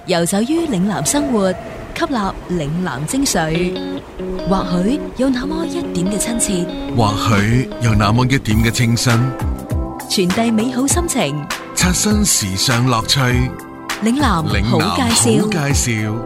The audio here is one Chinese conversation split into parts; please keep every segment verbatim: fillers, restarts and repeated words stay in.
遊走於嶺南生活，吸納嶺南精髓，或許有那麼一點嘅親切， 或許有那麼一點嘅清新， 傳遞美好心情， 刷新時尚樂趣。 嶺南好介紹， 好介紹。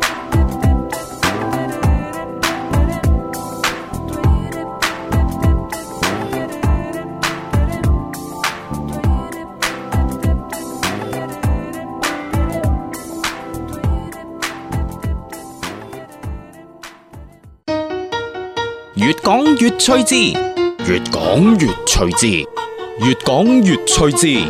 越講越趣致，越講越趣致，越講越趣致。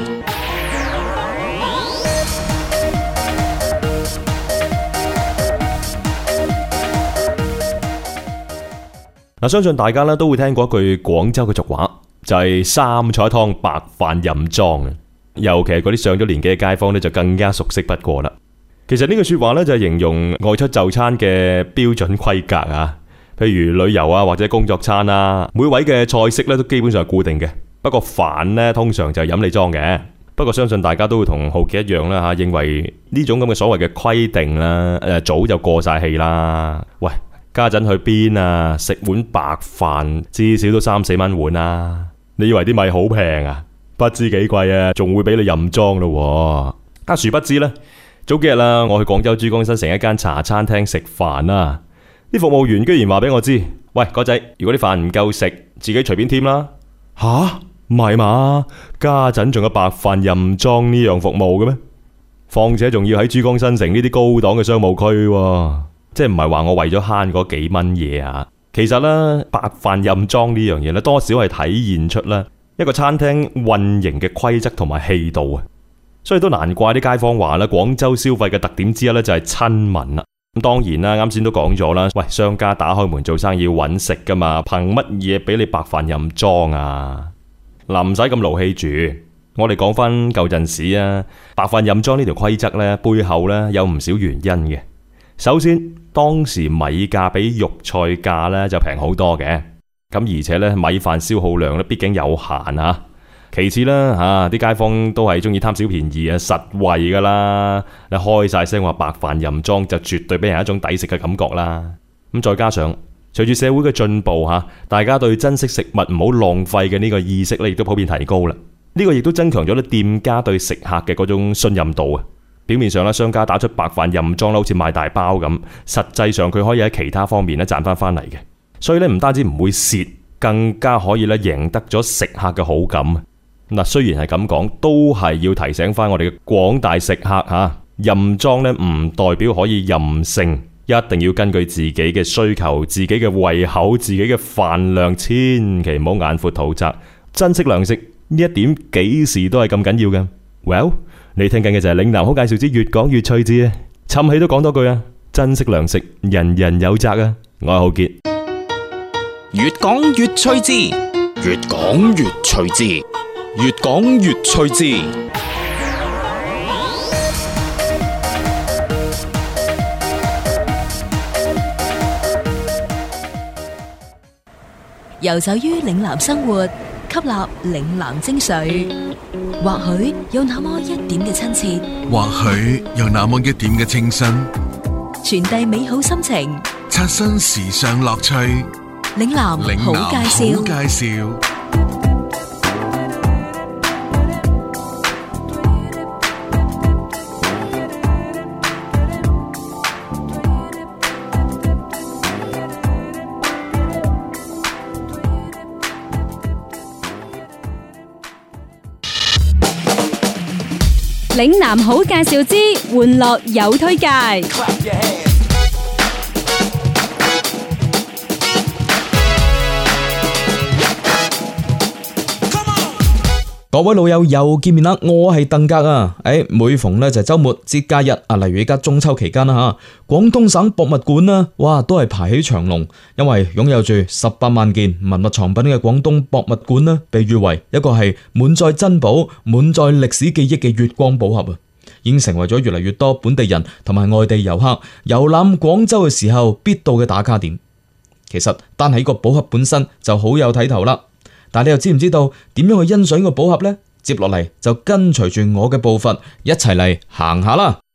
嗱，相信大家咧都會聽過一句廣州嘅俗話，就係三菜一湯白飯任裝嘅。尤其係嗰啲上咗年紀嘅街坊咧，就更加熟悉不過啦。其實呢句說話咧就係形容外出就餐嘅標準規格啊。譬如旅遊啊或者工作餐啊，每位嘅菜式咧都基本上係固定嘅。不過飯咧通常就係飲你裝嘅。不過相信大家都會同浩傑一樣啦吓，認為呢種咁嘅所謂嘅規定啦，誒早就過晒氣啦。喂，家陣去邊啊？食碗白飯至少都三四蚊碗啊！你以為啲米好平啊？不知幾貴啊，仲會俾你任裝咯。啊，殊不知呢，早幾日啦，我去廣州珠江新城一間茶餐廳食飯啊。啲服務員居然話俾我知，喂，哥仔，如果啲飯唔夠食，自己隨便添啦。吓，唔係嘛？家陣仲有白飯任裝呢樣服務嘅咩？況且仲要喺珠江新城呢啲高檔嘅商務區，啊，即係唔係話我為咗慳嗰幾蚊嘢啊？其實咧，白飯任裝呢樣嘢咧，多少係體現出咧一個餐廳運營嘅規則同埋氣度啊。所以都難怪啲街坊話咧，廣州消費嘅特點之一咧就係親民啦。咁當然啦，啱先都講咗啦，喂，商家打開門做生意要揾食噶嘛，憑乜嘢俾你白飯任裝啊？嗱，唔使咁勞氣住，我哋講翻舊陣時啊，白飯任裝呢條規則呢，背後呢有唔少原因嘅。首先，當時米價比肉菜價呢就平好多嘅，咁而且呢，米飯消耗量呢畢竟有限啊。其次啦，吓啲街坊都係中意貪小便宜啊，實惠噶啦。你開晒聲話白飯任裝，就絕對俾人一種抵食嘅感覺啦。咁再加上隨住社會嘅進步吓，大家對珍惜食物唔好浪費嘅呢個意識咧，亦都普遍提高啦。呢個亦都增強咗咧店家對食客嘅嗰種信任度啊。表面上咧，商家打出白飯任裝啦，好似賣大包咁，實際上佢可以喺其他方面咧賺翻翻嚟嘅。所以咧唔單止唔會蝕，更加可以咧贏得咗食客嘅好感。嗱，雖然係咁講，都係要提醒翻我哋嘅廣大食客吓，任裝咧唔代表可以任性，一定要根據自己嘅需求、自己嘅胃口、自己嘅飯量，千祈唔好眼闊肚窄，珍惜糧食呢一點幾時都係咁緊要嘅。Well， 你聽緊嘅就係嶺南好介紹之越講越趣致啊！氹氣都講多句啊，珍惜糧食，人人有責啊！我係浩傑， 越講越趣致，越講越趣致。越講越趣致， 遊走於嶺南生活，吸納嶺南精髓，或許有那麼一點嘅親切， 或許有那麼一點嘅清新， 傳遞美好心情， 刷新時尚樂趣。 嶺南好介紹， 好介紹。 嶺南好介紹之玩樂有推介。 各位老友又見面啦，我係鄧格啊！誒，每逢咧就周末節假日啊，例如而家中秋期間啦吓，廣東省博物館啦，哇，都係排起長龍，因為擁有住十八萬件文物藏品嘅廣東博物館呢，被譽為一個係滿載珍寶、滿載歷史記憶嘅月光寶盒啊，已經成為咗越嚟越多本地人同埋外地遊客遊覽廣州嘅時候必到嘅打卡點。其實單係個寶盒本身就好有睇頭啦。但你又知唔知道點樣去欣賞呢個寶盒呢？接落嚟就跟隨住我嘅步伐一齊嚟行下啦。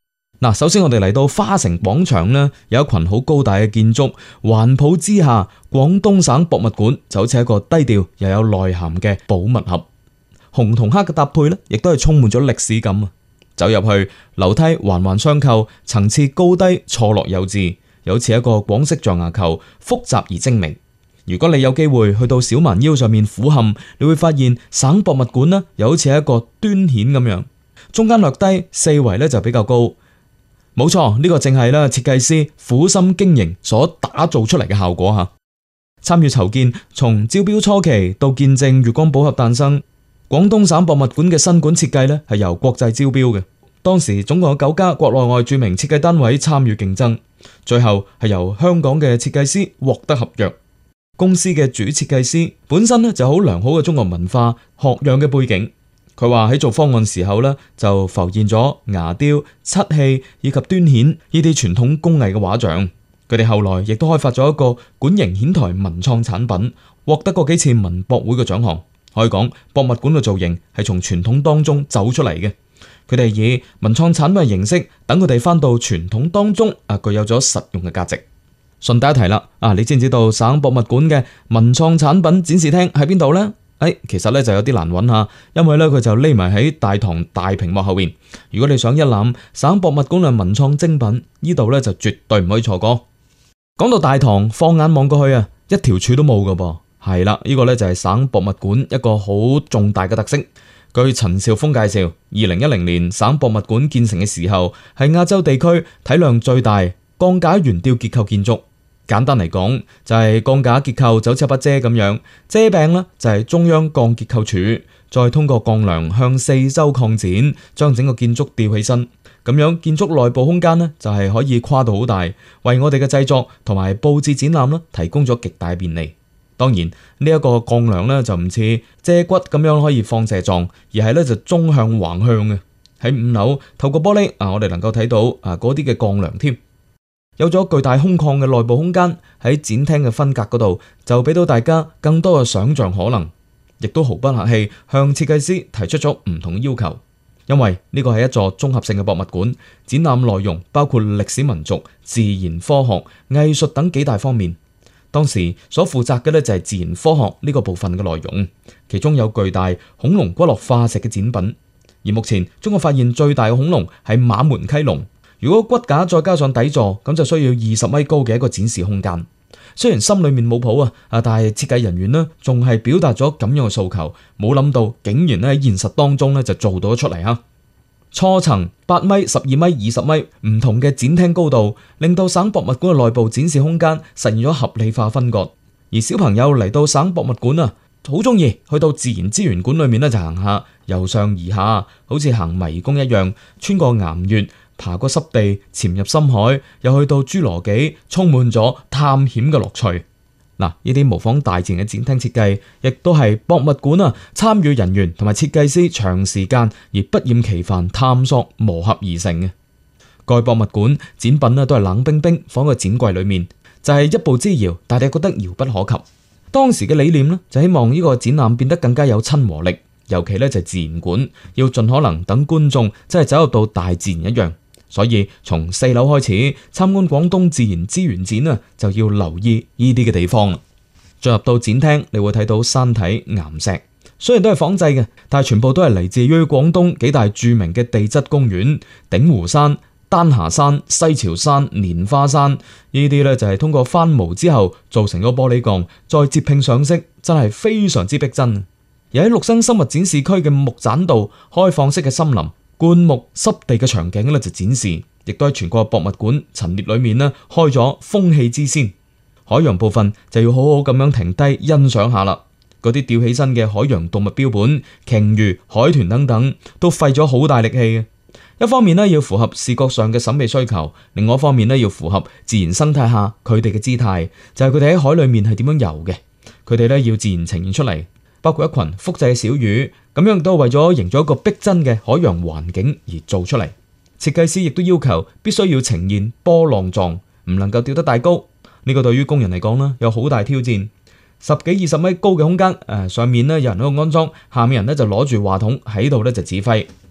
嗱，首先我哋嚟到花城廣場呢，有一群好高大嘅建築，環抱之下，廣東省博物館就好似一個低調又有內涵嘅寶物盒。紅同黑嘅搭配呢，亦都係充滿咗歷史感啊！走入去，樓梯環環相扣，層次高低錯落有致，又好似一個廣式象牙球，複雜而精明。如果你有機會去到小蠻腰上面俯瞰，你會發現省博物館呢，又好似一個端舷咁樣，中間略低，四圍呢就比較高。冇錯，呢個正係咧設計師苦心經營所打造出嚟嘅效果吓。參與籌建，從招標初期到見證月光寶盒誕生，廣東省博物館嘅新館設計咧係由國際招標嘅。當時總共有九家國內外著名設計單位參與競爭，最後係由香港嘅設計師獲得合約。公司嘅主設計師本身咧就好良好嘅中國文化學養嘅背景。佢話喺做方案時候呢，就浮現咗牙雕、漆器以及端顯呢啲傳統工藝嘅畫像。佢哋後來亦都開發咗一個管形顯台文創產品，獲得過幾次文博會嘅獎項。可以講，博物館嘅造型係從傳統當中走出嚟嘅。佢哋以文創產品嘅形式，等佢哋翻到傳統當中啊，具有咗實用嘅價值。順帶一提啦，啊，你知唔知道省博物館嘅文創產品展示廳喺邊度呢？誒，其實咧就有啲難揾下，因為咧佢就匿埋喺大堂大屏幕後邊。如果你想一覽省博物館嘅文創精品，呢度咧就絕對唔可以錯過。講到大堂，放眼望過去啊，一條柱都冇噶噃。係啦，呢個咧就係省博物館一個好重大嘅特色。據陳兆峰介紹，二零一零年省博物館建成嘅時候，係亞洲地區體量最大鋼架懸吊結構建築。簡單嚟講，就係鋼架結構就好似一把遮咁樣，遮柄呢就係中央鋼結構柱，再通過鋼梁向四周擴展，將整個建築吊起身。咁樣建築內部空間呢就係可以跨度好大，為我哋嘅製作同埋佈置展覽呢提供咗極大便利。當然呢一個鋼梁呢就唔似遮骨咁樣可以放射狀，而係呢就縱向橫向嘅。喺五樓透過玻璃啊，我哋能夠睇到啊嗰啲嘅鋼梁添。有咗巨大空曠嘅內部空間，喺展廳嘅分隔嗰度就俾到大家更多嘅想象可能，亦都毫不客氣向設計師提出咗唔同要求。因為呢個係一座綜合性嘅博物館，展覽內容包括歷史民族、自然科學、藝術等幾大方面。當時所負責嘅呢就係自然科學呢個部分嘅內容，其中有巨大恐龍骨骼化石嘅展品。而目前中國發現最大嘅恐龍係馬門溪龍。如果骨架再加上底座，咁就需要二十米高嘅一個展示空間。雖然心裏面冇譜啊，啊，但係設計人員呢仲係表達咗咁樣嘅訴求，冇諗到竟然咧喺現實當中咧就做到咗出嚟哈。初層八米、十二米、二十米唔同嘅展廳高度，令到省博物館嘅內部展示空間實現咗合理化分割。而小朋友嚟到省博物館啊，好中意去到自然資源館裏面咧就行下，由上而下，好似行迷宮一樣，穿過岩穴，爬過濕地，潛入深海，又去到侏羅紀，充滿咗探險嘅樂趣。嗱，呢啲模仿大自然嘅展廳設計，亦都係博物館啊參與人員同埋設計師長時間而不厭其煩探索磨合而成嘅。該博物館展品咧都係冷冰冰放喺展櫃裏面，就係、是、一步之遙，但係覺得遙不可及。當時嘅理念呢，就希望呢個展覽變得更加有親和力，尤其咧就係自然館，要盡可能等觀眾真係走入到大自然一樣。所以從四樓開始參觀廣東自然資源展啊，就要留意呢啲嘅地方啦。進入到展廳，你會睇到山體岩石，雖然都係仿製嘅，但係全部都係嚟自於廣東幾大著名嘅地質公園：鼎湖山、丹霞山、西樵山、蓮花山。呢啲咧就係通過翻模之後做成咗玻璃鋼，再接拼上色，真係非常之逼真。而喺陸生生物展示區嘅木棧道開放式嘅森林、灌木濕地嘅場景咧就展示，亦都喺全國博物館陳列裏面咧開咗風氣之先。海洋部分就要好好咁樣停低欣賞下啦。嗰啲吊起身嘅海洋動物標本、鯨魚、海豚等等，都費咗好大力氣嘅。一方面咧要符合視覺上嘅審美需求，另外一方面咧要符合自然生態下佢哋嘅姿態，就係佢哋喺海裏面係點樣游嘅。佢哋咧要自然呈現出嚟，包括一群複製嘅小魚。咁樣都為咗營造一個逼真嘅海洋環境而做出嚟。設計師亦都要求必須要呈現波浪狀，唔能夠吊得太高。呢個對於工人嚟講呢，有好大挑戰。十幾二十米高嘅空間，誒、呃、上面呢有人喺度安裝，下面人呢就攞住話筒喺度呢就指揮。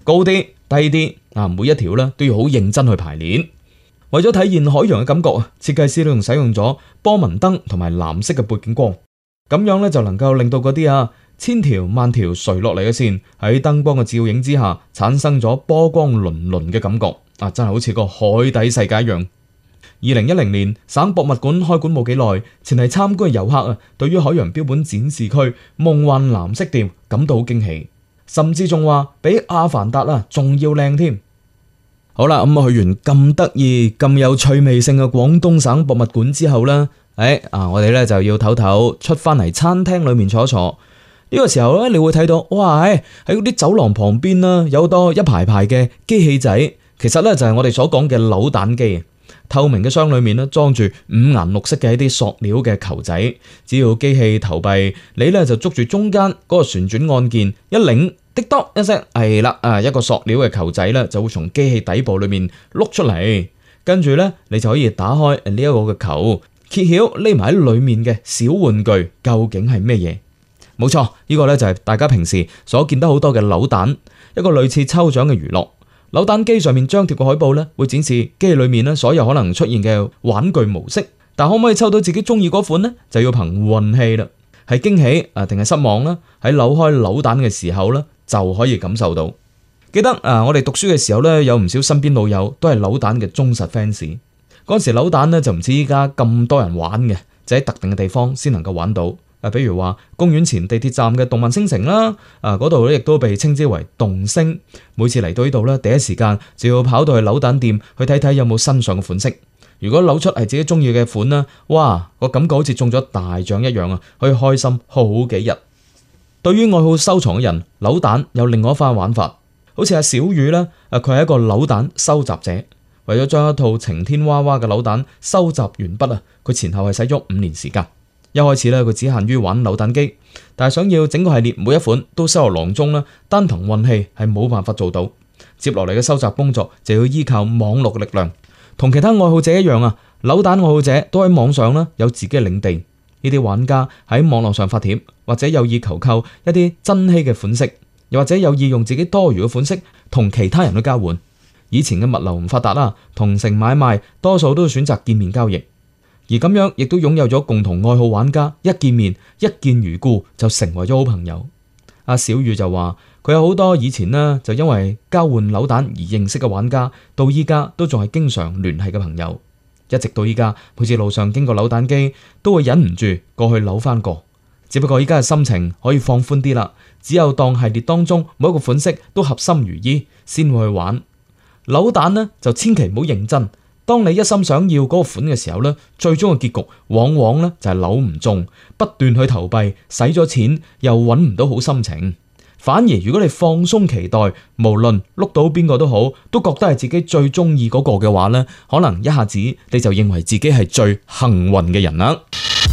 高啲、低啲啊，每一條咧都要好認真去排練。為咗體現海洋嘅感覺啊，設計師都用使用咗波紋燈同埋藍色嘅背景光，咁樣咧就能夠令到嗰啲啊千條萬條垂落嚟嘅線喺燈光嘅照映之下，產生咗波光粼粼嘅感覺啊，真係好似個海底世界一樣。二零一零年省博物館開館冇幾耐，前嚟參觀嘅遊客啊，對於海洋標本展示區夢幻藍色調感到好驚喜，甚至仲話比阿凡達啊仲要靚添。好啦，咁啊去完咁得意、咁有趣味性嘅廣東省博物館之後呢，誒啊，我哋咧就要唞唞，出翻嚟餐廳裏面坐一坐。呢個時候咧，你會睇到哇，喺嗰啲走廊旁邊啦，有多一排排嘅機器仔，其實咧就係我哋所講嘅扭蛋機。透明嘅箱裏面咧裝住五顏六色嘅一啲塑料嘅球仔，只要機器投幣，你咧就捉住中間嗰個旋轉按鍵，一擰，滴多一聲，係啦啊，一個塑料嘅球仔咧就會從機器底部裏面碌出嚟，跟住咧你就可以打開呢一個嘅球，揭曉匿埋喺裏面嘅小玩具究竟係咩嘢？冇錯，呢個咧就係大家平時所見得好多嘅扭蛋，一個類似抽獎嘅娛樂。扭蛋機上面張貼嘅海報咧，會展示機器裏面咧所有可能出現嘅玩具模式，但可唔可以抽到自己中意嗰款呢？就要憑運氣啦。係驚喜啊，定係失望啦？喺扭開扭蛋嘅時候咧，就可以感受到。記得啊，我哋讀書嘅時候咧，有唔少身邊老友都係扭蛋嘅忠實 fans。嗰時扭蛋咧就唔似依家咁多人玩嘅，就喺特定嘅地方先能夠玩到。啊，比如話公園前地鐵站嘅動漫星城啦，啊嗰度咧亦都被稱之為動星。每次嚟到呢度咧，第一時間就要跑到去扭蛋店去睇睇有冇新上嘅款式。如果扭出係自己中意嘅款啦，哇，個感覺好似中咗大獎一樣啊，可以開心好幾日。對於愛好收藏嘅人，扭蛋有另外一番玩法。好似阿小雨啦，啊佢係一個扭蛋收集者，為咗將一套晴天娃娃嘅扭蛋收集完畢啊，佢前後係使咗五年時間。一開始咧，佢只限於玩扭蛋機，但係想要整個系列每一款都收入囊中啦，單憑運氣係冇辦法做到。接落嚟嘅收集工作就要依靠網絡嘅力量。同其他愛好者一樣啊，扭蛋愛好者都喺網上啦有自己嘅領地。呢啲玩家喺網絡上發帖，或者有意求購一啲珍稀嘅款式，又或者有意用自己多餘嘅款式同其他人去交換。以前嘅物流唔發達啦，同城買賣多數都選擇見面交易。而咁樣亦都擁有咗共同愛好玩家，一見面一見如故，就成為咗好朋友。阿小雨就話佢有好多以前呢就因為交換扭蛋而認識嘅玩家，到依家都仲係經常聯繫嘅朋友。一直到依家，每次路上經過扭蛋機，都會忍唔住過去扭翻個。只不過依家嘅心情可以放寬啲啦，只有當系列當中每一個款式都合心如意，先會去玩。扭蛋呢就千祈唔好認真。當你一心想要嗰個款嘅時候呢，最終嘅結局往往呢就係扭唔中，不斷去投幣，使咗錢又揾唔到好心情。反而如果你放鬆期待，無論碌到邊個都好，都覺得係自己最中意嗰個嘅話呢，可能一下子你就認為自己係最幸運嘅人啦。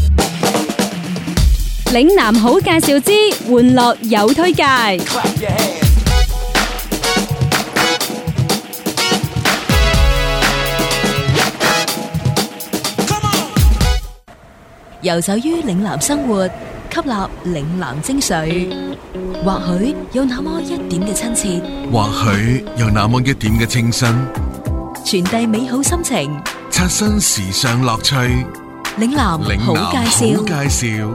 嶺南好介紹之，玩樂有推介。 遊走於嶺南生活，吸納嶺南精髓，或許有那麼一點嘅親切， 或許有那麼一點嘅清新， 傳遞美好心情， 刷新時尚樂趣。 嶺南好介紹， 好介紹。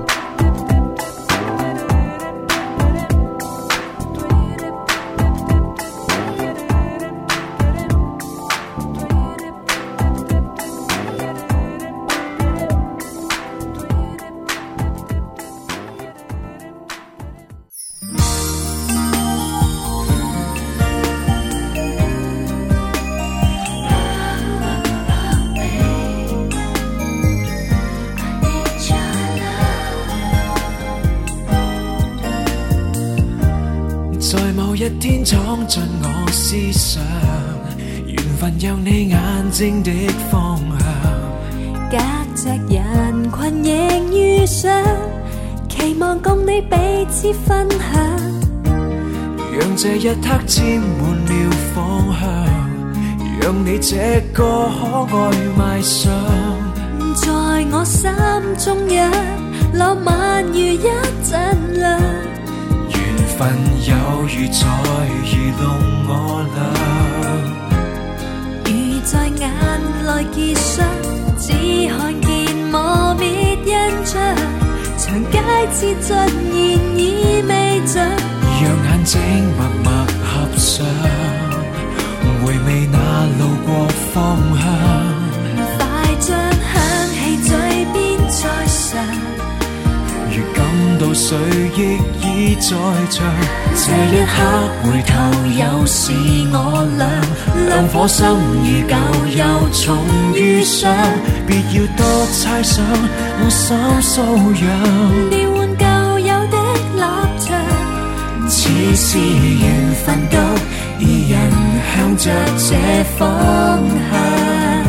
在某一天闖進我思想，緣分讓你眼睛的方向， 隔着人群仍遇上，期望共你彼此分享， 讓這一刻沾滿了芳香，讓你這個可愛賣相， 在我心中央，浪漫如一陣涼。 份有如在愚弄我倆， 如在眼內結霜，只看見磨滅印象，長街之盡然已未着， 讓眼睛默默合上，回味那路過方向， 快將響起嘴邊再嘗， 如感到水亦已在漲，這一刻回頭又是我倆，兩顆心如舊又重遇上，別要多猜想，我心素養， 調換舊有的立場， 似是緣分到二人向着這方向，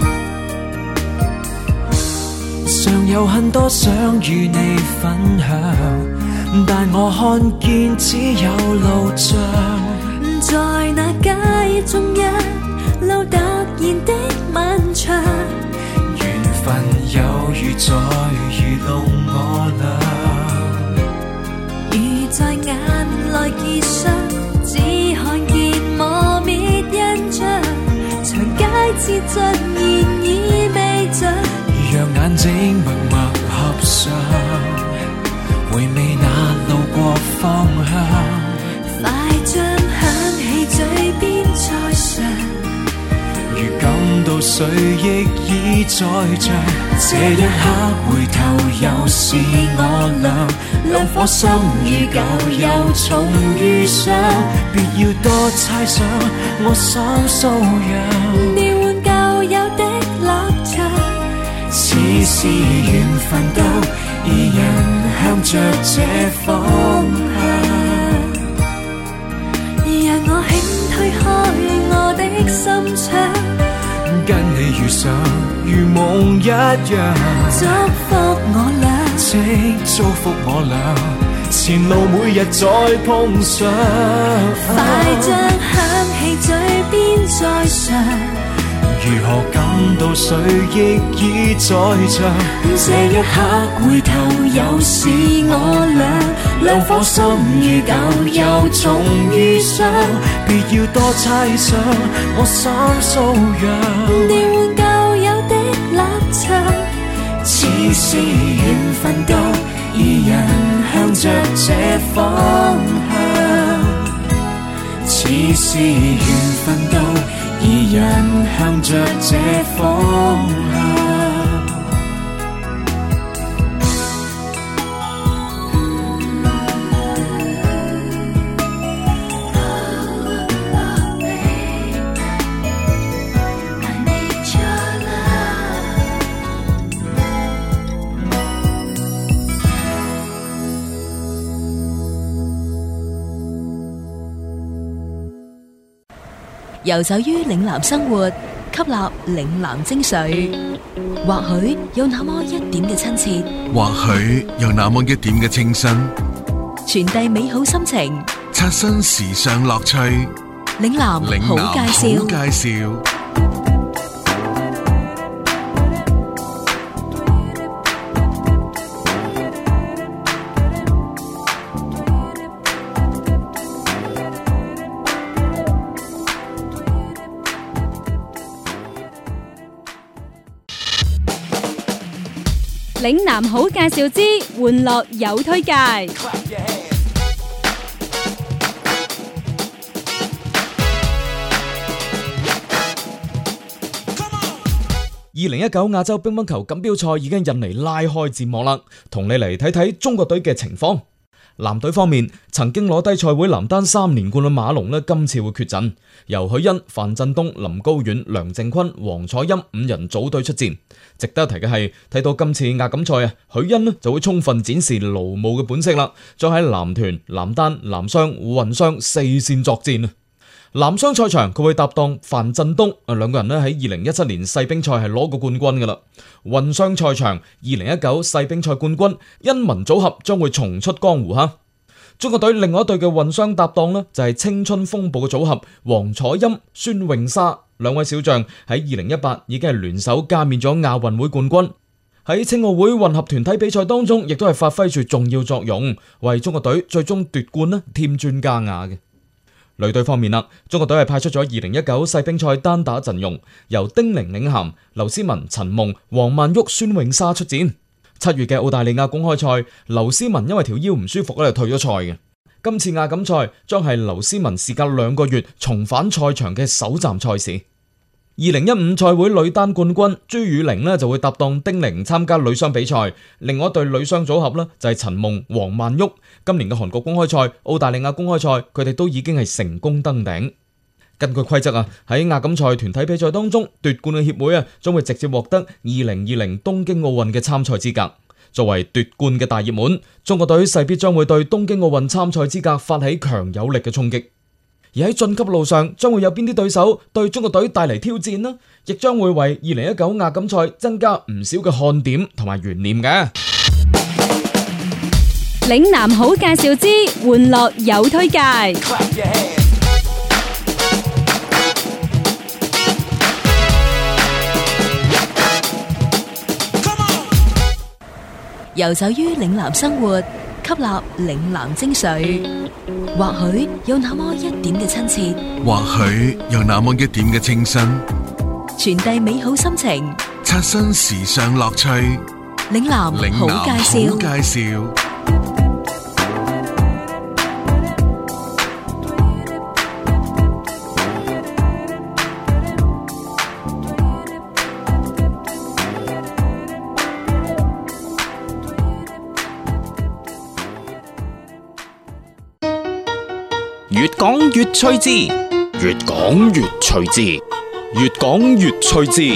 尚有很多想與你分享，但我看見只有路障， 在那街中央，路突然的漫長， 緣分有如在愚弄我倆， 如在眼內結霜，只看見磨滅印象，長街之盡然已未着， 讓眼睛默默合上，回味那路過方向， 快將響起嘴邊再嘗， 如感到水亦已在漲，這一刻回頭又是我倆，兩顆心如舊又重遇上，別要多猜想，我心素養， 調換舊有的立場， 似是緣分到二人向着這方向， 讓我輕推開我的心窗， 跟你遇上如夢一樣， 祝福我倆， 請祝福我倆，前路每日再碰上， 快將響起嘴邊再嘗， 如何感到水亦已在漲，這一刻回頭又是我倆，兩顆心如舊又重遇上，別要多猜想，我心素養， 調換舊有的立場， 似是緣分到二人向着這方向，似是緣分到二人向着這方向。 遊走於嶺南生活，吸納嶺南精髓，或許有那麼一點嘅親切， 或許有那麼一點嘅清新， 傳遞美好心情， 刷新時尚樂趣。 嶺南好介紹， 好介紹。 嶺南好介紹之玩樂有推介。 二零一九亞洲乒乓球錦標賽已經印尼拉開戰幕啦，同你嚟睇睇中國隊嘅情況。男隊方面，曾經攞低賽會男單三連冠嘅馬龍呢，今次會缺陣，由許昕、樊振東、林高遠、梁靖昆、王楚欽五人組隊出戰。值得一提嘅係，睇到今次亞錦賽啊，許昕呢就會充分展示勞務嘅本色啦，再喺男團、男單、男雙、混雙四線作戰啊。男雙賽場佢會搭檔樊振東，啊兩個人咧喺二零一七年世乒賽係攞過冠軍噶啦。混雙賽場二零一九世乒賽冠軍殷文組合將會重出江湖哈。中國隊另外一隊嘅混雙搭檔呢，就係青春風暴嘅組合王楚欽、孫穎莎兩位小將喺二零一八已經係聯手加冕咗亞運會冠軍。 喺青奧會混合團體比賽當中，亦都係發揮住重要作用，為中國隊最終奪冠呢添磚加瓦嘅。女隊方面啦，中國隊係派出咗二零一九世乒賽單打陣容，由丁寧領銜，劉詩雯、陳夢、黃曼玉、孫穎莎出戰。七月嘅澳大利亞公開賽，劉詩雯因為條腰唔舒服咧，就退咗賽嘅。今次亞錦賽將係劉詩雯事隔兩個月重返賽場嘅首站賽事。二零一五賽會女單冠軍朱雨玲呢就會搭檔丁寧參加女雙比賽，另外一對女雙組合呢就係陳夢、黃曼玉。今年嘅韓國公開賽、澳大利亞公開賽，佢哋都已經係成功登頂。根據規則啊，喺亞錦賽團體比賽當中奪冠嘅協會啊，將會直接獲得二零二零東京奧運嘅參賽資格。作為奪冠嘅大熱門，中國隊勢必將會對東京奧運參賽資格發起強有力嘅衝擊。而喺晉級路上，將會有邊啲對手對中國隊帶嚟挑戰呢？亦將會為二零一九亞錦賽增加唔少嘅看點同埋懸念嘅。 嶺南好介紹之，玩樂有推介。 遊走於嶺南生活，吸納嶺南精髓，或許有那麼一點嘅親切， 或許有那麼一點嘅清新， 傳遞美好心情， 刷新時尚樂趣。 嶺南好介紹， 好介紹。 越講越趣致，越講越趣致，越講越趣致。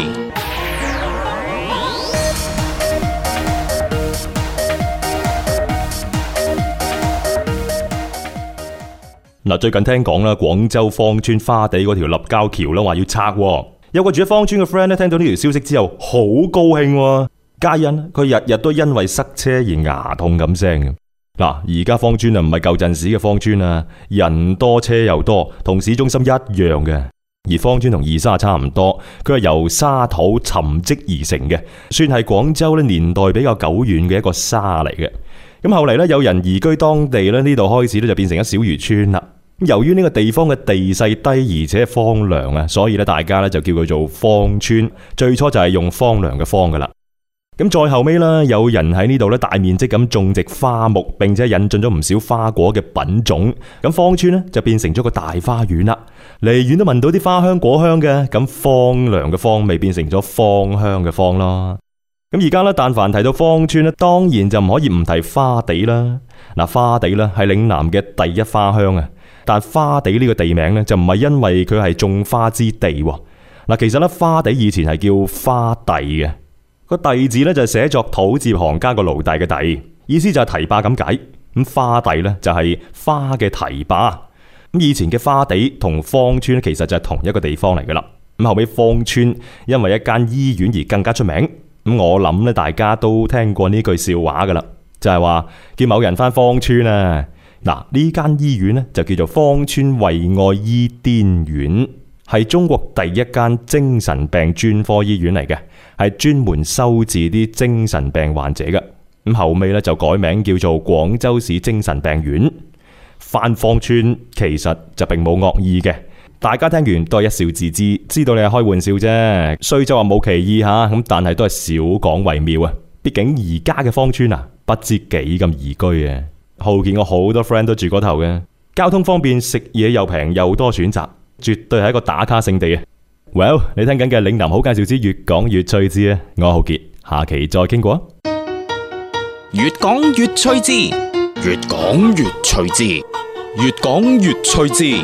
嗱，最近聽講啦，廣州芳村花地嗰條立交橋啦，話要拆。有個住喺芳村嘅 friend 咧，聽到呢條消息之後，好高興。皆因佢日日都因為塞車而牙痛咁聲。嗱，而家芳村啊，唔係舊陣時嘅芳村啊，人多車又多，同市中心一樣嘅。而芳村同二沙差唔多，佢係由沙土沉積而成嘅，算係廣州咧年代比較久遠嘅一個沙嚟嘅。咁後嚟咧，有人移居當地咧，呢度開始咧就變成一小漁村啦。由於呢個地方嘅地勢低而且荒涼啊，所以咧大家咧就叫佢做芳村。最初就係用荒涼嘅荒噶啦。咁再後尾啦，有人喺呢度咧大面積咁種植花木，並且引進咗唔少花果嘅品種。咁芳村呢就變成咗個大花園啦，離遠都聞到啲花香果香嘅。咁荒涼嘅荒咪變成咗芳香嘅芳咯。咁而家咧，但凡提到芳村咧，當然就唔可以唔提花地啦。嗱，花地咧係嶺南嘅第一花鄉啊，但花地呢個地名咧就唔係因為佢係種花之地。嗱，其實咧花地以前係叫花第嘅。個第字咧就係寫作土字旁加個奴隸嘅第，意思就係堤壩咁解。咁花地咧就係花嘅堤壩。咁以前嘅花地同芳村其實就係同一個地方嚟噶啦。咁後尾芳村因為一間醫院而更加出名。咁我諗咧大家都聽過呢句笑話噶啦，就係話叫某人翻芳村啊。嗱，呢間醫院咧就叫做芳村惠愛醫癲院，係中國第一間精神病專科醫院嚟嘅，係專門收治啲精神病患者嘅。咁後尾咧就改名叫做廣州市精神病院。翻芳村其實就並冇惡意嘅，大家聽完都係一笑自知，知道你係開玩笑啫。雖則話冇歧義吓，咁但係都係少講為妙啊。畢竟而家嘅芳村啊，不知幾咁宜居啊。後見我好多 friend 都住嗰頭嘅，交通方便，食嘢又平又多選擇，絕對係一個打卡勝地啊。Well， 你聽緊嘅嶺南好介紹之越講越趣致啊！我係浩傑，下期再傾過。 越講越趣致，越講越趣致，越講越趣致。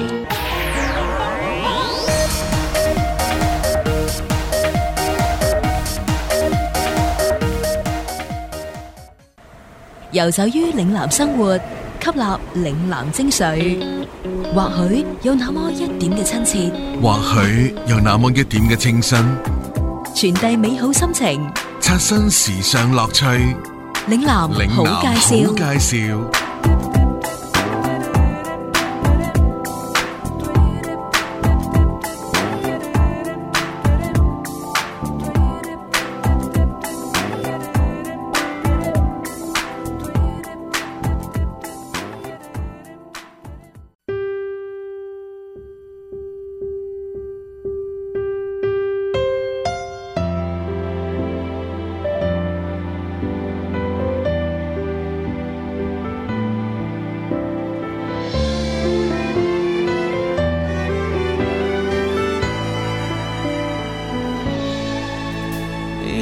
遊走於嶺南生活，吸納嶺南精髓，或許有那麼一點嘅親切， 或許有那麼一點嘅清新， 傳遞美好心情， 刷新時尚樂趣。 嶺南好介紹， 好介紹。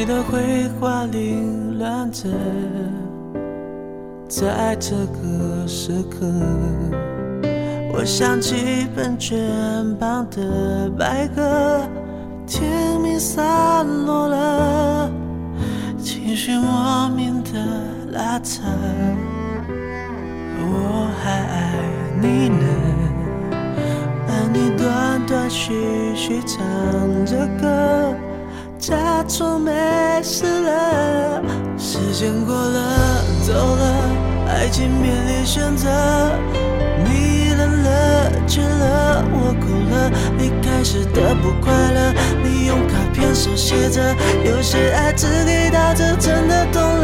你的绘画凌乱着，在这个时刻，我想起本卷旁的白鸽，天明散落了，情绪莫名的拉扯，我还爱你呢，而你断断续续唱着歌，假装没事了。时间过了，走了，爱情面临选择，你冷了，倦了，我哭了，离开时的不快乐，你用卡片手写着，有些爱只给到这，真的懂了。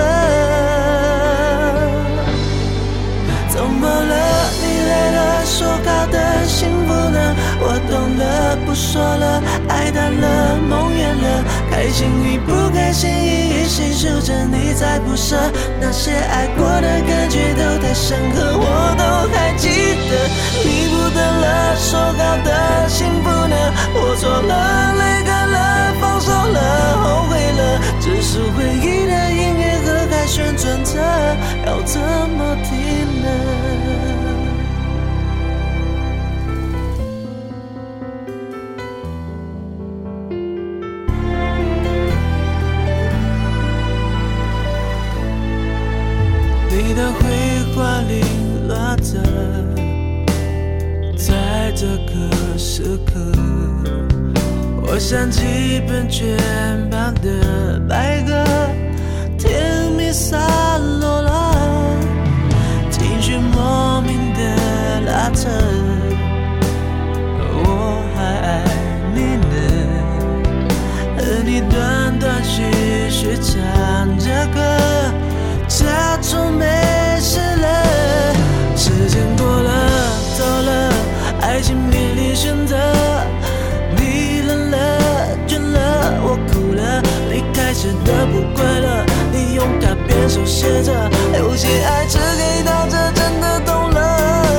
怎么了？你累了，说好的幸福呢？我懂了，不说了，爱淡了，梦远了，开心与不开心一一细数着，你在不舍，那些爱过的感觉都太深刻，我都还记得。你不等了，说好的幸福呢？我错了，泪干了，放手了，后悔了，只是回忆的音乐盒还旋转着，要怎么停呢？你的绘画凌乱着，在这个时刻，我想起本卷旁的白鸽，天明散落了，情绪莫名的拉扯，我还爱你呢，而你断断续续唱着歌，假装没事了。时间过了，走了，爱情面临选择，你冷了，倦了，我哭了，离开时的不快乐，你用卡片手写着，有些爱只给到这，真的懂了。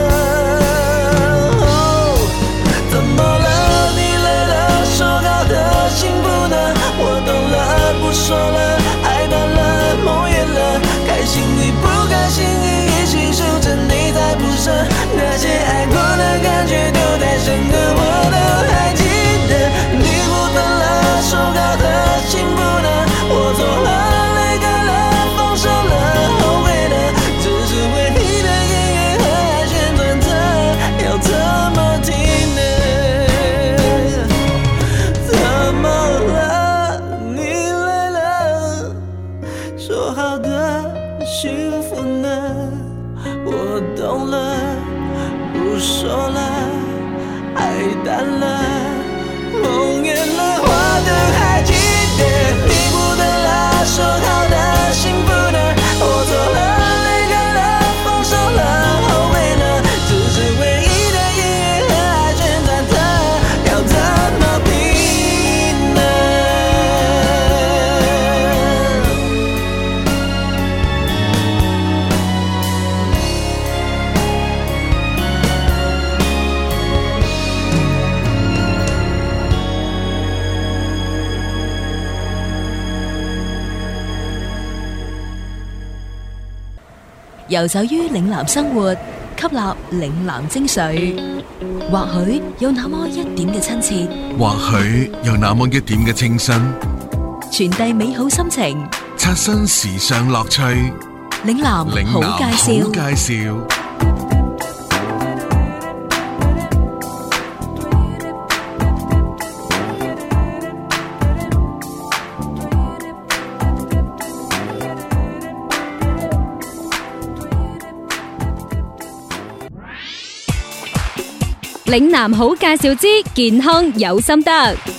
哦，怎么了？你累了，说好的幸福呢？我懂了，不说了，爱淡了，梦远了，开心与不开心一起数着，你在不舍，那些爱过的感觉都太深刻，我都还记得。你不等了，说好的幸福呢？我错了，泪干了，放手了，后悔了，只是回忆的音乐盒还旋转着，要怎么停呢？怎么了？你累了，说好的幸福呢？我懂了，不说了，爱淡了，梦远了，我都还记得。你不等了，说好的幸福呢？我错了，泪干了，放手了，后悔了，只是回忆的音乐盒还旋转着，要怎么停呢？ 遊走於嶺南生活，吸納嶺南精髓，或許有那麼一點嘅親切， 或許有那麼一點嘅清新， 傳遞美好心情， 刷新時尚樂趣。 嶺南好介紹。 好介紹。 嶺南好介紹之健康有心得。